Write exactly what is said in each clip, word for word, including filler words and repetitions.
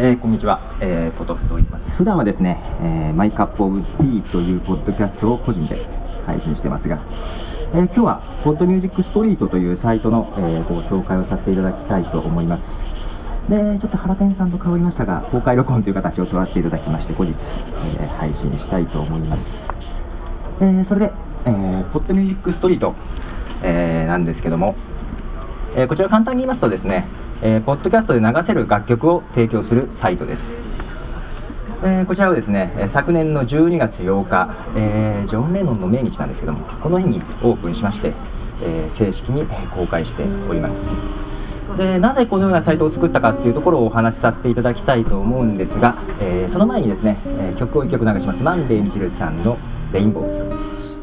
えー、こんにちは、えー、ポトフと言います。普段はですね、えー、マイカップオブティーというポッドキャストを個人で配信してますが、えー、今日はポッドミュージックストリートというサイトの、えー、ご紹介をさせていただきたいと思います。で、ちょっと原天さんと変わりましたが、公開録音という形を取らせていただきまして、後日、えー、配信したいと思います。えー、それで、えー、ポッドミュージックストリート、えー、なんですけども、えー、こちら簡単に言いますとですね、えー、ポッドキャストで流せる楽曲を提供するサイトです。えー、こちらはですね、昨年のじゅうにがつようか、えー、ジョン・レノンの命日なんですけども、この日にオープンしまして、えー、正式に公開しております。で、なぜこのようなサイトを作ったかっていうところをお話しさせていただきたいと思うんですが、えー、その前にですね、えー、曲をいっきょく流します。マンデーみちるさんのレインボー。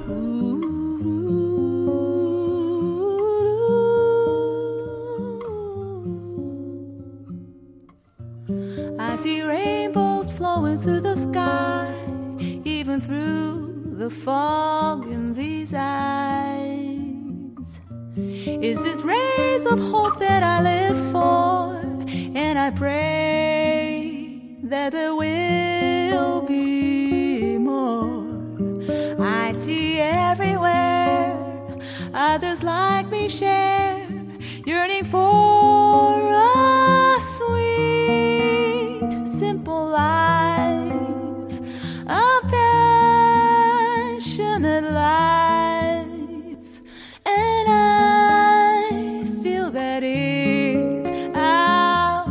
I see rainbows flowing through the sky, even through the fog in these eyes. Is this rays of hope that I live for? And I pray that there will be more. I see everywhere others like me share, yearning for a sweet, simple life, a passionate life, and I feel that it's out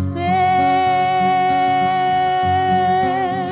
there.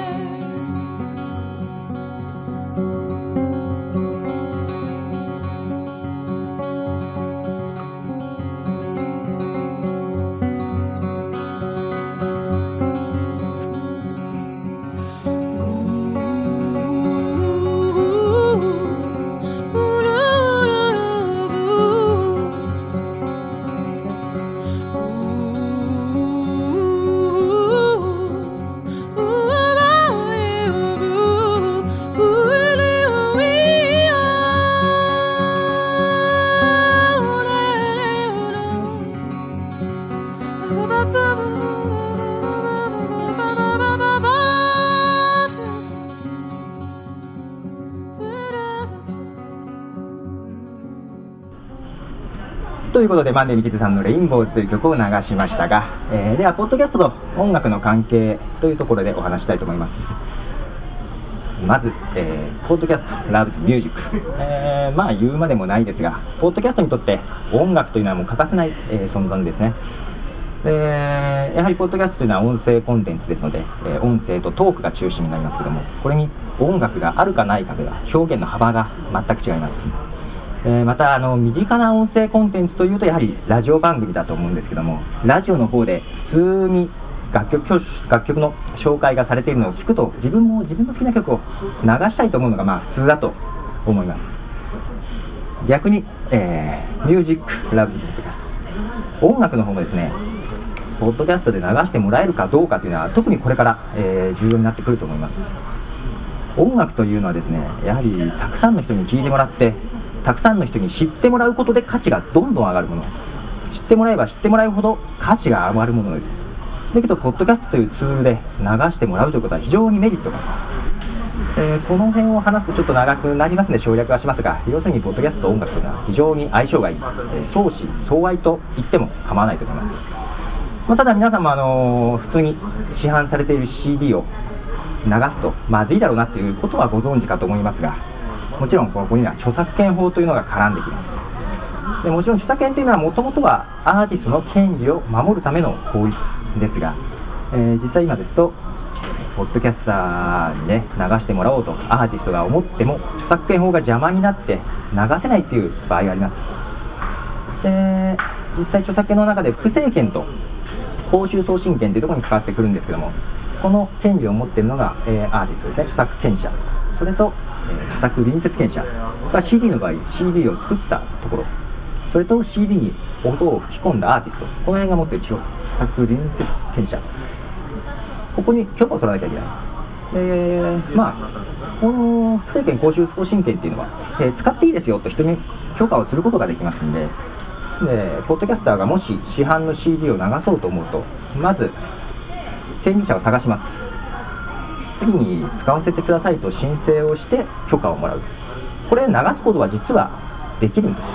ということで、マンデーみちるさんのレインボーという曲を流しましたが、えー、では、ポッドキャストと音楽の関係というところでお話したいと思います。まず、えー、ポッドキャスト、ラブズミュージック。えー、まあ言うまでもないですが、ポッドキャストにとって音楽というのはもう欠かせない、えー、存在ですね。で、やはりポッドキャストというのは音声コンテンツですので、えー、音声とトークが中心になりますけども、これに音楽があるかないかでは表現の幅が全く違います。えー、またあの身近な音声コンテンツというとやはりラジオ番組だと思うんですけども、ラジオの方で普通に楽曲、楽曲の紹介がされているのを聞くと、自分も自分の好きな曲を流したいと思うのがまあ普通だと思います。逆に、えー、ミュージックラブズとか音楽の方もですね、ポッドキャストで流してもらえるかどうかというのは特にこれから、えー、重要になってくると思います。音楽というのはですね、やはりたくさんの人に聴いてもらって、たくさんの人に知ってもらうことで価値がどんどん上がるもの、知ってもらえば知ってもらうほど価値が上がるものです。だけどポッドキャストというツールで流してもらうということは非常にメリットがあります。えー、この辺を話すとちょっと長くなりますので省略はしますが、要するにポッドキャストと音楽というのは非常に相性がいい、えー、相思相愛と言っても構わないと思います。まあ、ただ皆さんも、あのー、普通に市販されている シーディー を流すとまずいだろうなということはご存知かと思いますが、もちろんここには著作権法というのが絡んできます。でもちろん著作権というのはもともとはアーティストの権利を守るための法律ですが、えー、実際今ですとポッドキャスターにね流してもらおうとアーティストが思っても著作権法が邪魔になって流せないという場合があります。で、実際著作権の中で複製権と公衆送信権というところに関わってくるんですけども、この権利を持っているのが、えー、アーティストですね、著作権者、それと、えー、著作隣接権者、これは シーディー の場合 シーディー を作ったところ、それと シーディー に音を吹き込んだアーティスト、この辺が持っている著作隣接権者、ここに許可を取らなきゃいけない。えー、まあこの複製権公衆送信権っていうのは、えー、使っていいですよと人に許可をすることができますんで、でポッドキャスターがもし市販の シーディー を流そうと思うと、まず権利者を探します。次に使わせてくださいと申請をして許可をもらう。これ流すことは実はできるんです。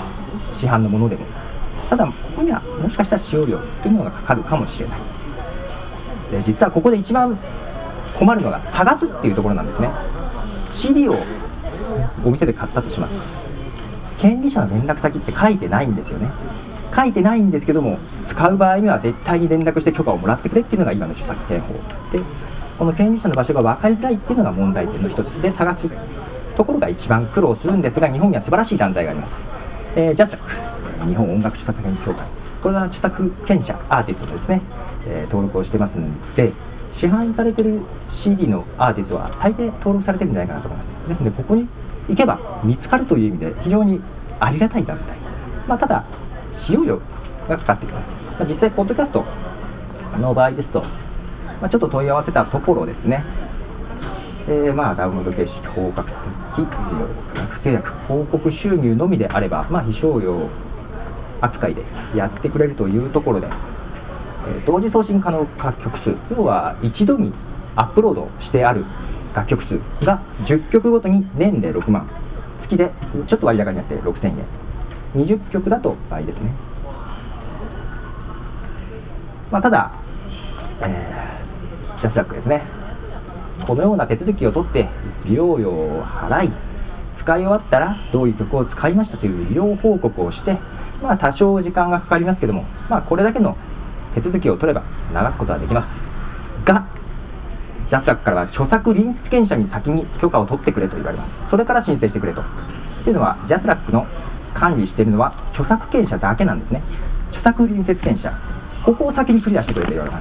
市販のものでも。ただここにはもしかしたら使用料というのがかかるかもしれない。で実はここで一番困るのが探すっていうところなんですね。 シーディー をお店で買ったとします。権利者の連絡先って書いてないんですよね。書いてないんですけども、使う場合には絶対に連絡して許可をもらってくれっていうのが今の著作権法で、この権利者の場所が分かりづらいっていうのが問題点の一つで、探すところが一番苦労するんですが、日本には素晴らしい団体があります。えー、ジャスラック、日本音楽著作権協会、これは著作権者アーティストとですね、えー、登録をしてますので、市販されてる シーディー のアーティストは大抵登録されてるんじゃないかなと思います。ですのでここに行けば見つかるという意味で非常にありがたい団体、まあ、ただ使用料がかかってきます。まあ、実際ポッドキャストの場合ですと、まあ、ちょっと問い合わせたところですね、えー、まあダウンロード形式、包括的不契約広告収入のみであれば、まあ、非商用扱いでやってくれるというところで、えー、同時送信可能楽曲数、要は一度にアップロードしてある楽曲数がじゅっきょくごとに年でろくまん、月でちょっと割高になってろくせんえん、にじゅっきょくだと倍ですね。まあ、ただ、えー、ジャスラックですね、このような手続きを取って利用料を払い、使い終わったらどういう曲を使いましたという利用報告をして、まあ、多少時間がかかりますけども、まあ、これだけの手続きを取れば流すことはできますが、ジャスラックからは著作隣接権者に先に許可を取ってくれと言われます。それから申請してくれと。というのは、ジャスラックの管理しているのは著作権者だけなんですね。著作隣接権者、ここを先にクリアしてくれと言われます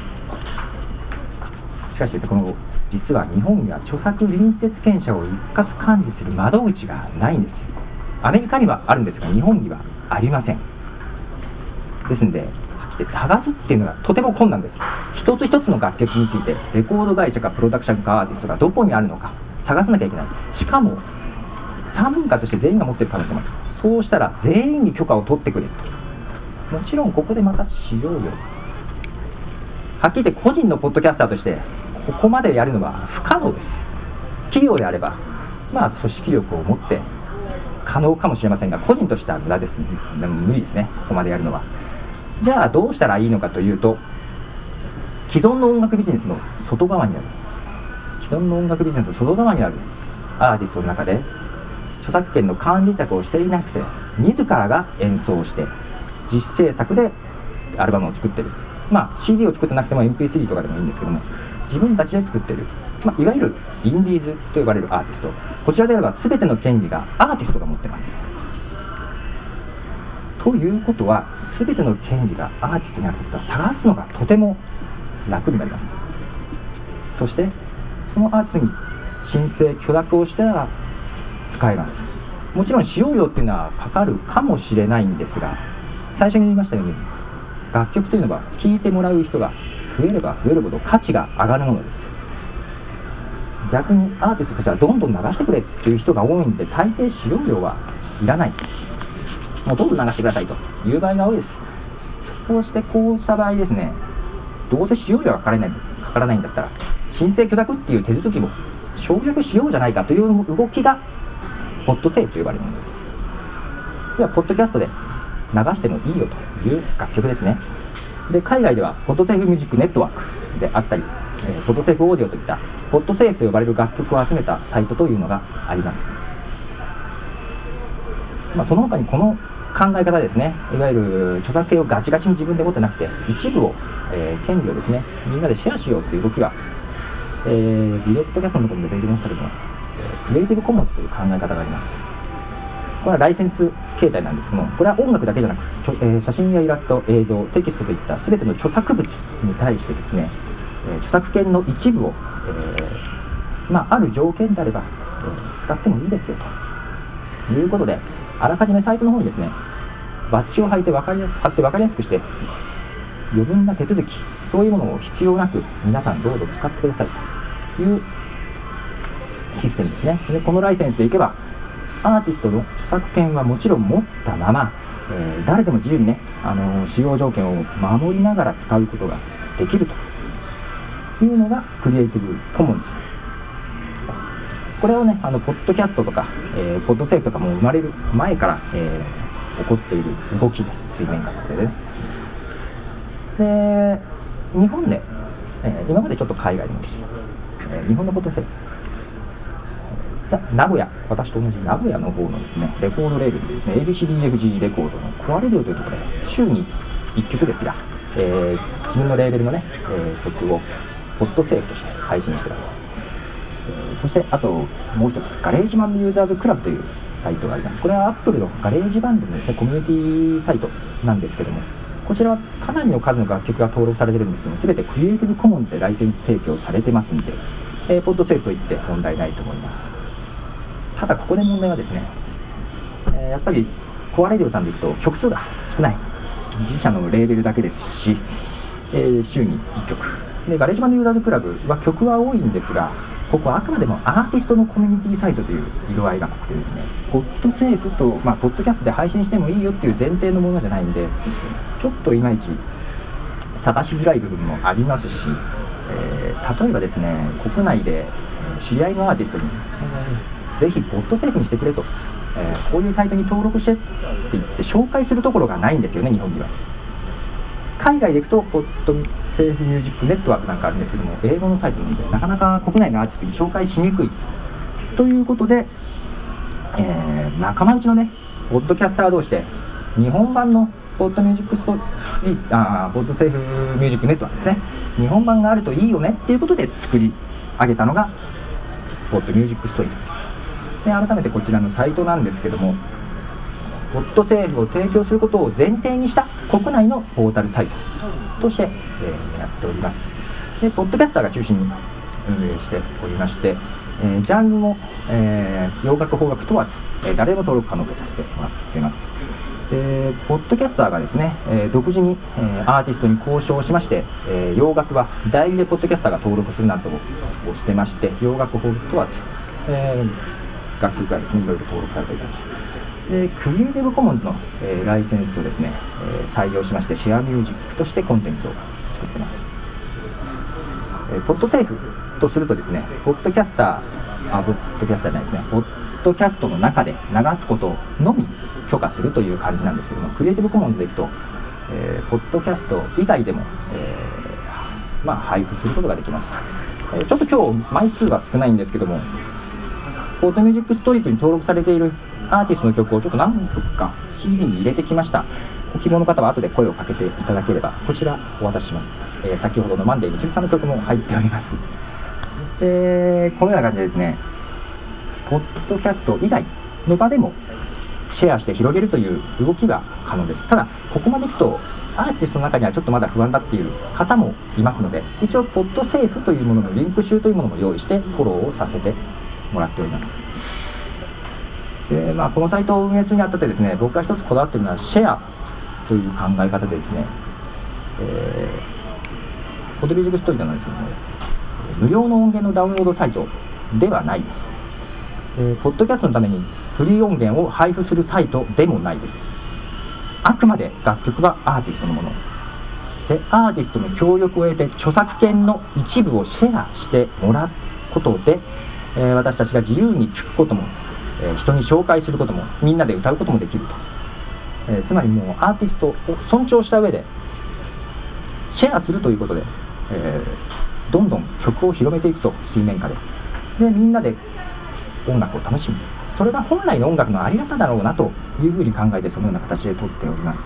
。しかし、この実は日本には著作隣接権者を一括管理する窓口がないんです。アメリカにはあるんですが、日本にはありません。ですので、探すっていうのがとても困難です。一つ一つの楽曲についてレコード会社かプロダクションかアーティストがどこにあるのか探さなきゃいけない。しかも三文化として全員が持っている可能性もある。そうしたら全員に許可を取ってくれる。もちろんここでまた使用料、はっきり言って個人のポッドキャスターとしてここまでやるのは不可能です。企業であればまあ組織力を持って可能かもしれませんが、個人としては無駄です。でも無理ですね、ここまでやるのは。じゃあどうしたらいいのかというと、既存の音楽ビジネスの外側にある既存の音楽ビジネスの外側にあるアーティストの中で著作権の管理策をしていなくて、自らが演奏して実制作でアルバムを作ってる、まあ シーディー を作ってなくても エムピースリー とかでもいいんですけども、自分たちで作ってる、まあ、いわゆるインディーズと呼ばれるアーティスト、こちらであれば全ての権利がアーティストが持ってます。ということは全ての権利がアーティストにあることは探すのがとても楽になります。そしてそのアーティストに申請許諾をしたら使えます。もちろん使用料っていうのはかかるかもしれないんですが、最初に言いましたように楽曲というのは聴いてもらう人が増えれば増えるほど価値が上がるものです。逆にアーティストとしてはどんどん流してくれっていう人が多いんで、大抵使用料はいらない、もうどんどん流してくださいという場合が多いです。こうしてこうした場合ですね、どうせ使用料がかからない、かからないんだったら申請許諾っていう手続きも省略しようじゃないかという動きがポッドセーフと呼ばれるものです。ではポッドキャストで流してもいいよという楽曲ですね。で海外ではポッドセーフミュージックネットワークであったり、えー、ポッドセーフオーディオといったポッドセーフと呼ばれる楽曲を集めたサイトというのがあります。まあ、その他にこの考え方ですね、いわゆる著作権をガチガチに自分で持ってなくて一部を、えー、権利をですねみんなでシェアしようという動きが、えー、ビデオポッドキャストのところで出てきましたけども、えー、クリエイティブコモンズという考え方があります。これはライセンス形態なんですけども、これは音楽だけじゃなく、えー、写真やイラスト、映像、テキストといった全ての著作物に対してですね、えー、著作権の一部を、えーまあ、ある条件であれば、えー、使ってもいいですよということで、あらかじめサイトの方にですねバッジを貼って分かりやす貼って分かりやすくして、余分な手続きそういうものを必要なく皆さんどうぞ使ってくださいというシステムですね。でこのライセンスでいけばアーティストの著作権はもちろん持ったまま、えー、誰でも自由にね、あのー、使用条件を守りながら使うことができるというのがクリエイティブコモンズ。これをね、あのポッドキャストとか、えー、ポッドセーフとかも生まれる前から、えー、起こっている動きです。水面下でね。で、日本で、えー、今までちょっと海外にも来て、えー、日本のポッドセーフ、名古屋、私と同じ名古屋の方のですね、レコードレーベルでですね、エービーシーディーエフジー レコードのコアレディオというところで、週にいっきょくですが、えー、自分のレーベルのね、えー、曲をポッドセーフとして配信しています。えー、そして、あともう一つ、ガレージバンドユーザーズクラブというサイトがあります。これは Apple のガレージバンドのですね、コミュニティサイトなんですけども、こちらはかなりの数の楽曲が登録されているんですけども、すべてクリエイティブコモンズでライセンス提供されてますので、えー、ポッドセーフといって問題ないと思います。ただここで問題はですね、えー、やっぱりコアレディオさんでいくと曲数が少ない、自社のレーベルだけですし、えー、週にいっきょくで、ガレージバンドユーザーズクラブは曲は多いんですが、ここはあくまでもアーティストのコミュニティサイトという色合いがあってですね、ポッドセーフと、まあ、ポッドキャストで配信してもいいよっていう前提のものじゃないんで、ちょっといまいち探しづらい部分もありますし、えー、例えばですね、国内で知り合いのアーティストに、ぜひポッドセーフにしてくれと、えー、こういうサイトに登録してって言って紹介するところがないんですよね、日本には。海外で行くとポッドセーフミュージックネットワークなんかあるんですけども、英語のサイトなんでなかなか国内のアーティストに紹介しにくいということで、えー、仲間内のね、ポッドキャスター同士で日本版のポッドミュージックストリーあポッドセーフミュージックネットワークですね、日本版があるといいよねっていうことで作り上げたのがポッドミュージックストリートで、改めてこちらのサイトなんですけども、ポッドセーフを提供することを前提にした国内のポータルサイトとして、えー、やっております。で、ポッドキャスターが中心に運営しておりまして、えー、ジャンルも、えー、洋楽邦楽問わず、えー、誰も登録可能とさせてもらっています。で、ポッドキャスターがですね、えー、独自に、えー、アーティストに交渉しまして、えー、洋楽は代理でポッドキャスターが登録するなどをしてまして、洋楽邦楽問わず、えー、楽曲がですね、いろいろ登録されています。で、クリエイティブコモンズの、えー、ライセンスをですね、えー、採用しまして、シェアミュージックとしてコンテンツを作っています。えー、ポッドセーフとするとですね、ポッドキャスター、あ、ポッドキャスターじゃないですね、ポッドキャストの中で流すことのみ許可するという感じなんですけども、クリエイティブコモンズでいくと、えー、ポッドキャスト以外でも、えー、まあ、配布することができます。えー、ちょっと今日枚数は少ないんですけども、ポッドミュージックストリートに登録されているアーティストの曲をちょっと何曲か シーディー に入れてきました。ご希望の方は後で声をかけていただければこちらお渡しします。えー、先ほどのマンデーみちるさんの曲も入っております。で、このような感じでですね、ポッドキャスト以外の場でもシェアして広げるという動きが可能です。ただここまでいくとアーティストの中にはちょっとまだ不安だっていう方もいますので、一応ポッドセーフというもののリンク集というものも用意してフォローをさせてもらっております。で、まあ、このサイトを運営するにあたってですね、僕が一つこだわっているのはシェアという考え方でですね、えー、ポッドミュージックストリートなんですけども、無料の音源のダウンロードサイトではないです。えー、ポッドキャストのためにフリー音源を配布するサイトでもないです。あくまで楽曲はアーティストのもので、アーティストの協力を得て著作権の一部をシェアしてもらうことで、えー、私たちが自由に聴くことも、えー、人に紹介することも、みんなで歌うこともできると、えー、つまりもうアーティストを尊重した上でシェアするということで、えー、どんどん曲を広めていくと、水面下ででみんなで音楽を楽しむ、それが本来の音楽のあり方だろうなというふうに考えて、そのような形で撮っております。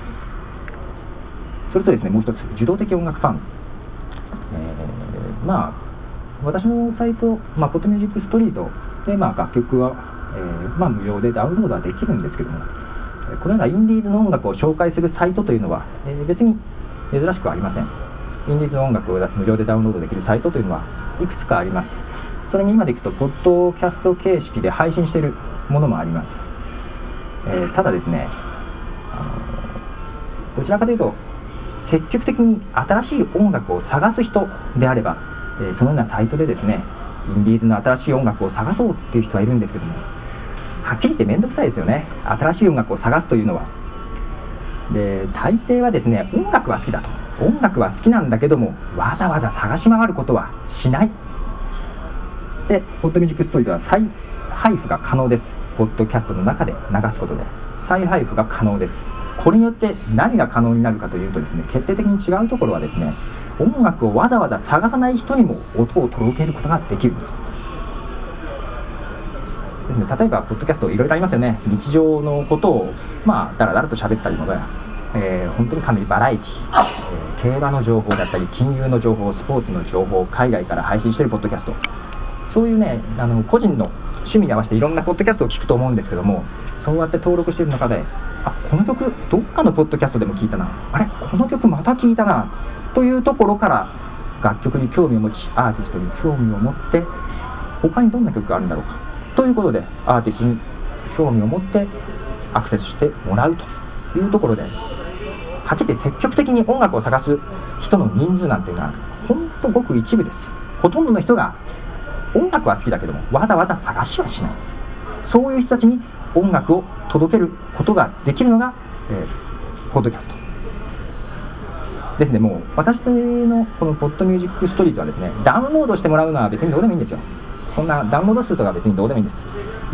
それとですね、もう一つ、受動的音楽ファン、えー、まあ私のサイト、まあ、ポッドミュージックストリートで、まあ、楽曲は、えーまあ、無料でダウンロードはできるんですけども、このようなインディーズの音楽を紹介するサイトというのは、えー、別に珍しくはありません。インディーズの音楽を無料でダウンロードできるサイトというのはいくつかあります。それに今でいくとポッドキャスト形式で配信しているものもあります。えー、ただですね、あのどちらかというと積極的に新しい音楽を探す人であれば、えー、そのようなサイトでですね、インディーズの新しい音楽を探そうっていう人はいるんですけども、はっきり言って面倒くさいですよね、新しい音楽を探すというのは。で、大抵はですね、音楽は好きだと、 音楽は好きなんだけどもわざわざ探し回ることはしない。でポッドミュージックストリートは再配布が可能です。ポッドキャストの中で流すことで再配布が可能です。これによって何が可能になるかというとですね、決定的に違うところはですね、音楽をわざわざ探さない人にも音を届けることができるんです。ですね、例えばポッドキャストいろいろありますよね。日常のことをまあだらだらと喋ったりとか、えー、本当にかなりバラエティ、えー、競馬の情報だったり金融の情報、スポーツの情報、海外から配信しているポッドキャスト、そういうね、あの個人の趣味に合わせていろんなポッドキャストを聞くと思うんですけども、そうやって登録している中で、あ、この曲どっかのポッドキャストでも聞いたな、あれこの曲また聞いたなというところから楽曲に興味を持ち、アーティストに興味を持って、他にどんな曲があるんだろうかということでアーティストに興味を持ってアクセスしてもらうというところで、はっきり言って積極的に音楽を探す人の人数なんていうのはほんとごく一部です。ほとんどの人が音楽は好きだけどもわざわざ探しはしない。そういう人たちに音楽を届けることができるのが、えー、ポッドキャストですね。もう私のこのポッドミュージックストリートはですね、ダウンロードしてもらうのは別にどうでもいいんですよ。そんなダウンロード数とか別にどうでもいいんです。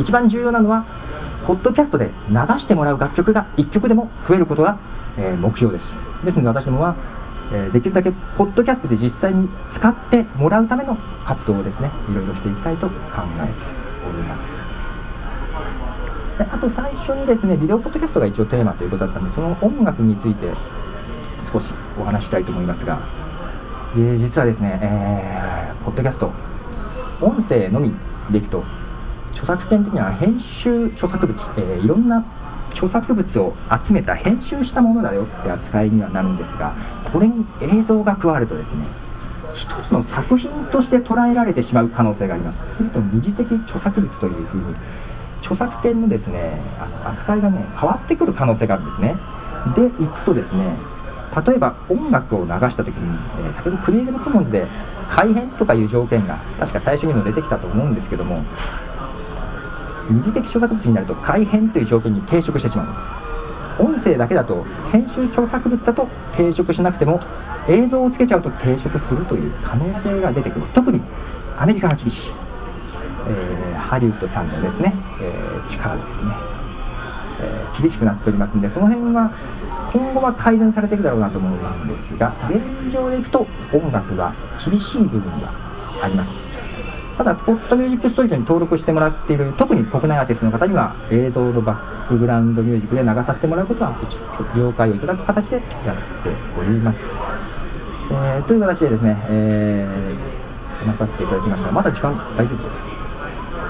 一番重要なのはポッドキャストで流してもらう楽曲がいっきょくでも増えることが、えー、目標です。ですので私どもは、えー、できるだけポッドキャストで実際に使ってもらうための活動をですね、いろいろしていきたいと考えております。であと最初にですね、ビデオポッドキャストが一応テーマということだったので、その音楽について少しお話したいと思いますが、えー、実はですね、えー、ポッドキャスト音声のみでいくと著作権的には編集著作物、えー、いろんな著作物を集めた編集したものだよって扱いにはなるんですが、これに映像が加わるとですね、一つの作品として捉えられてしまう可能性があります。すると二次的著作物というふうに著作権のですね扱いがね変わってくる可能性があるんですね。でいくとですね、例えば音楽を流したときに、えー、先ほどクリエイティブコモンズで改変とかいう条件が確か最初にも出てきたと思うんですけども、二次的著作物になると改変という条件に抵触してしまう。音声だけだと編集著作物だと抵触しなくても映像をつけちゃうと抵触するという可能性が出てくる。特にアメリカが厳しい、えー、ハリウッドさんのですね、えー、力ですね、えー、厳しくなっておりますので、その辺は今後は改善されていくだろうなと思うんですが、現状でいくと音楽は厳しい部分があります。ただポッドミュージックストリートに登録してもらっている特に国内アーティストの方には映像のバックグラウンドミュージックで流させてもらうことは了解をいただく形でやっております。えー、という形でですね、えー、話させていただきました。まだ時間大丈夫です。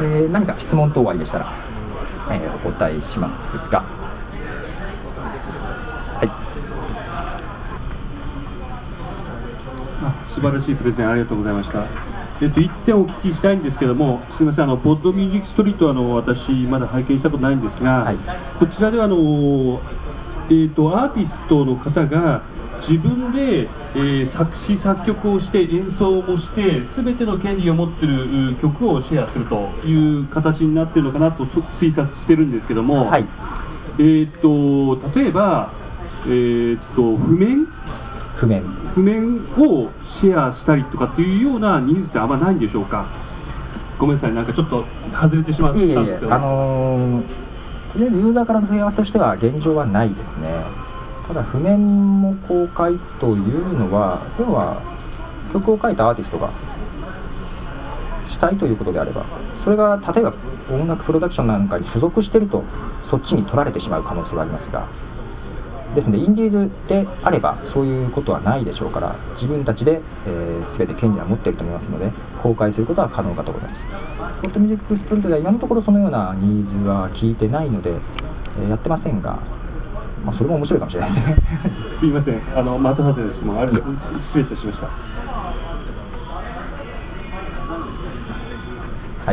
えー、何か質問等ありでしたら、えー、お答えしますが、はい、 あ、素晴らしいプレゼンありがとうございました。えっと、いってんお聞きしたいんですけども、すみません、あのポッドミュージックストリートはあの私まだ拝見したことないんですが、はい、こちらではあの、えー、とアーティストの方が自分で、えー、作詞作曲をして演奏もして全ての権利を持っている曲をシェアするという形になっているのかなと推察してるんですけども、はい、えー、と例えば、えー、と譜面譜面譜面をシェアしたりとかっていうようなニーズってあんまないんでしょうか。ごめんなさい、なんかちょっと外れてしまったんですけど、 あのー、とりあえずユーザーからの問い合わせとしては現状はないですね。ただ譜面も公開というのは、要は曲を書いたアーティストがしたいということであれば、それが例えば音楽プロダクションなんかに所属しているとそっちに取られてしまう可能性がありますが、ですのでインディーズであればそういうことはないでしょうから、自分たちで、えー、全て権利は持っていると思いますので公開することは可能かと思います。ポッドミュージックストリートでは今のところそのようなニーズは聞いてないので、えー、やってませんが、まあ、それも面白いかもしれないですねすいません、あのまたはずです。もうあれ失礼いたしました。 はい、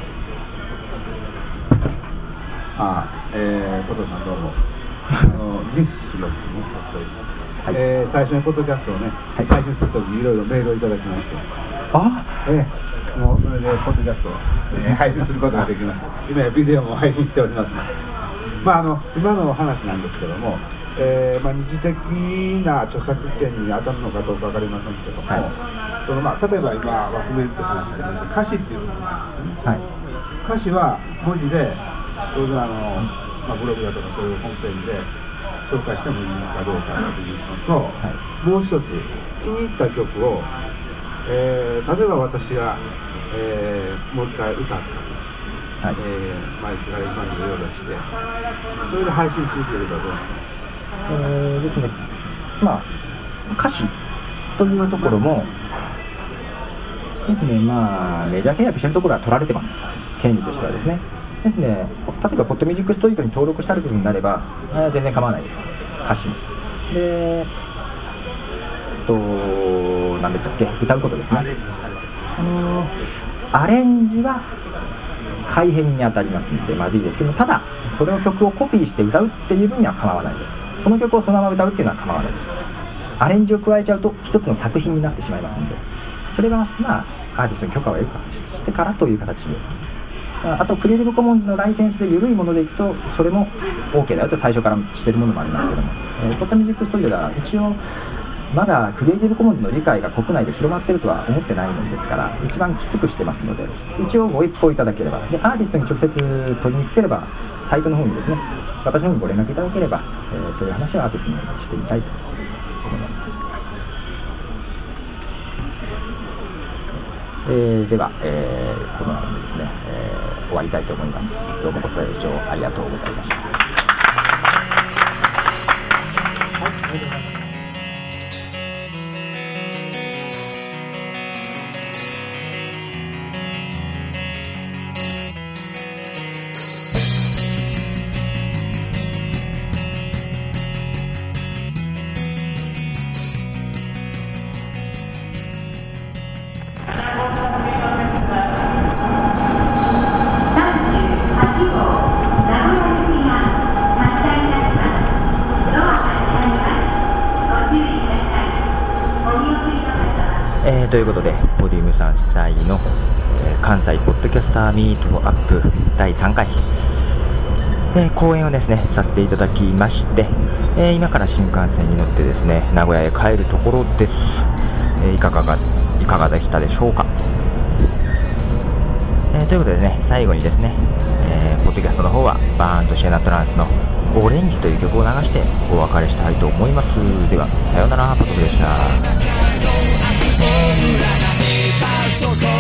あ、えー、ポトさんどうもあのジンスのですね、はい、えー、最初にポッドキャストをね、はい、配信するときにいろいろメールをいただきまして、 あ、 えー、もうそれでポッドキャストを、えー、配信することができます。今やビデオも配信しております。まああの今の話なんですけども、 えーまあ、二次的な著作権に当たるのかどうか分かりませんけども、はい、そのまあ、例えば今枠面って話がありました歌詞っていうのがあるんですね、はい、歌詞は文字でそれであの、まあ、ブログだとかそういうホームページで紹介してもいいのかどうかというのと、はい、もう一つ気に入った曲を、えー、例えば私が、えー、もう一回歌ったはい、えー、毎日から今に用意して、それで配信するということはどうなんですか？ えー、ですね、まあ、歌詞というところも、ですね、まあ、メジャー契約しているところは取られてます、権利としてはですね。ですね、例えば、ポッドミュージックストリートに登録したときになれば、全然構わないです、歌詞に。で、と、何でしたっけ、歌うことですね。あのアレンジは改変に当たりますのでまずいですけど、ただそれの曲をコピーして歌うっていう分には構わないです。その曲をそのまま歌うっていうのは構わないです。アレンジを加えちゃうと一つの作品になってしまいますので、それがまあアーティストに許可を得るかしてからという形で、あとクリエイティブコモンズのライセンスで緩いものでいくとそれも OK だよと最初からしているものもありますけども、えー、ポッドミュージックストリートが一応まだクリエイティブコモンズの理解が国内で広まっているとは思ってないのですから、一番きつくしてますので、一応ご一報いただければ、でアーティストに直接取りに来てれば、サイトの方にですね、私の方にご連絡いただければ、えー、そういう話をアーティストにしてみたいと思います。えー、では、えー、この辺でですね、えー、終わりたいと思います。どうもご清聴ありがとうございました。はい、ありがとうございます。えー、ということで、ポディウムさん主催の、えー、関西ポッドキャスターミートアップだいさんかい、えー、講演をですねさせていただきまして、えー、今から新幹線に乗ってですね名古屋へ帰るところです。えー、いかががいかがでしたでしょうか。えー、ということでね、最後にですね、えー、ポッドキャストの方はバーンとシェナトランスのオレンジという曲を流してお別れしたいと思います。ではさようなら、ポトフでした。そこに抜け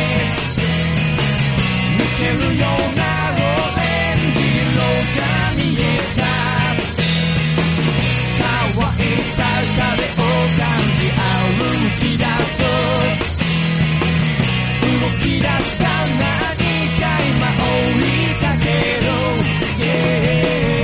るようなオレンジ色が見えた、乾いた風を感じ歩き出そう動き出した何か今追いかける、yeah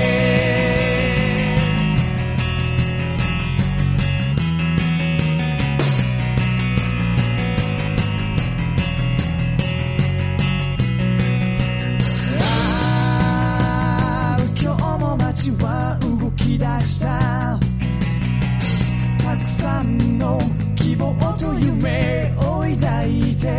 動き出したたくさんの希望と夢を抱いて、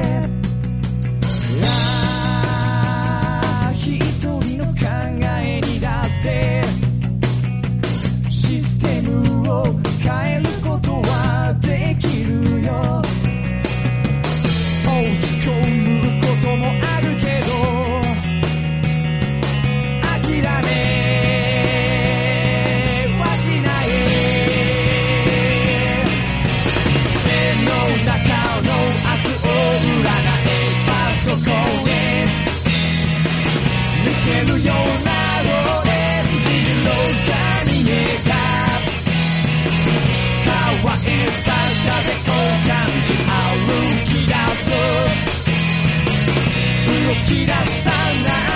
ああ一人の考えにだってシステムを変えることはできるよ。落ち込むこともあるけど諦め抜けるようなオレンジ色が見えた、乾いた風を感じ歩き出そう動き出したな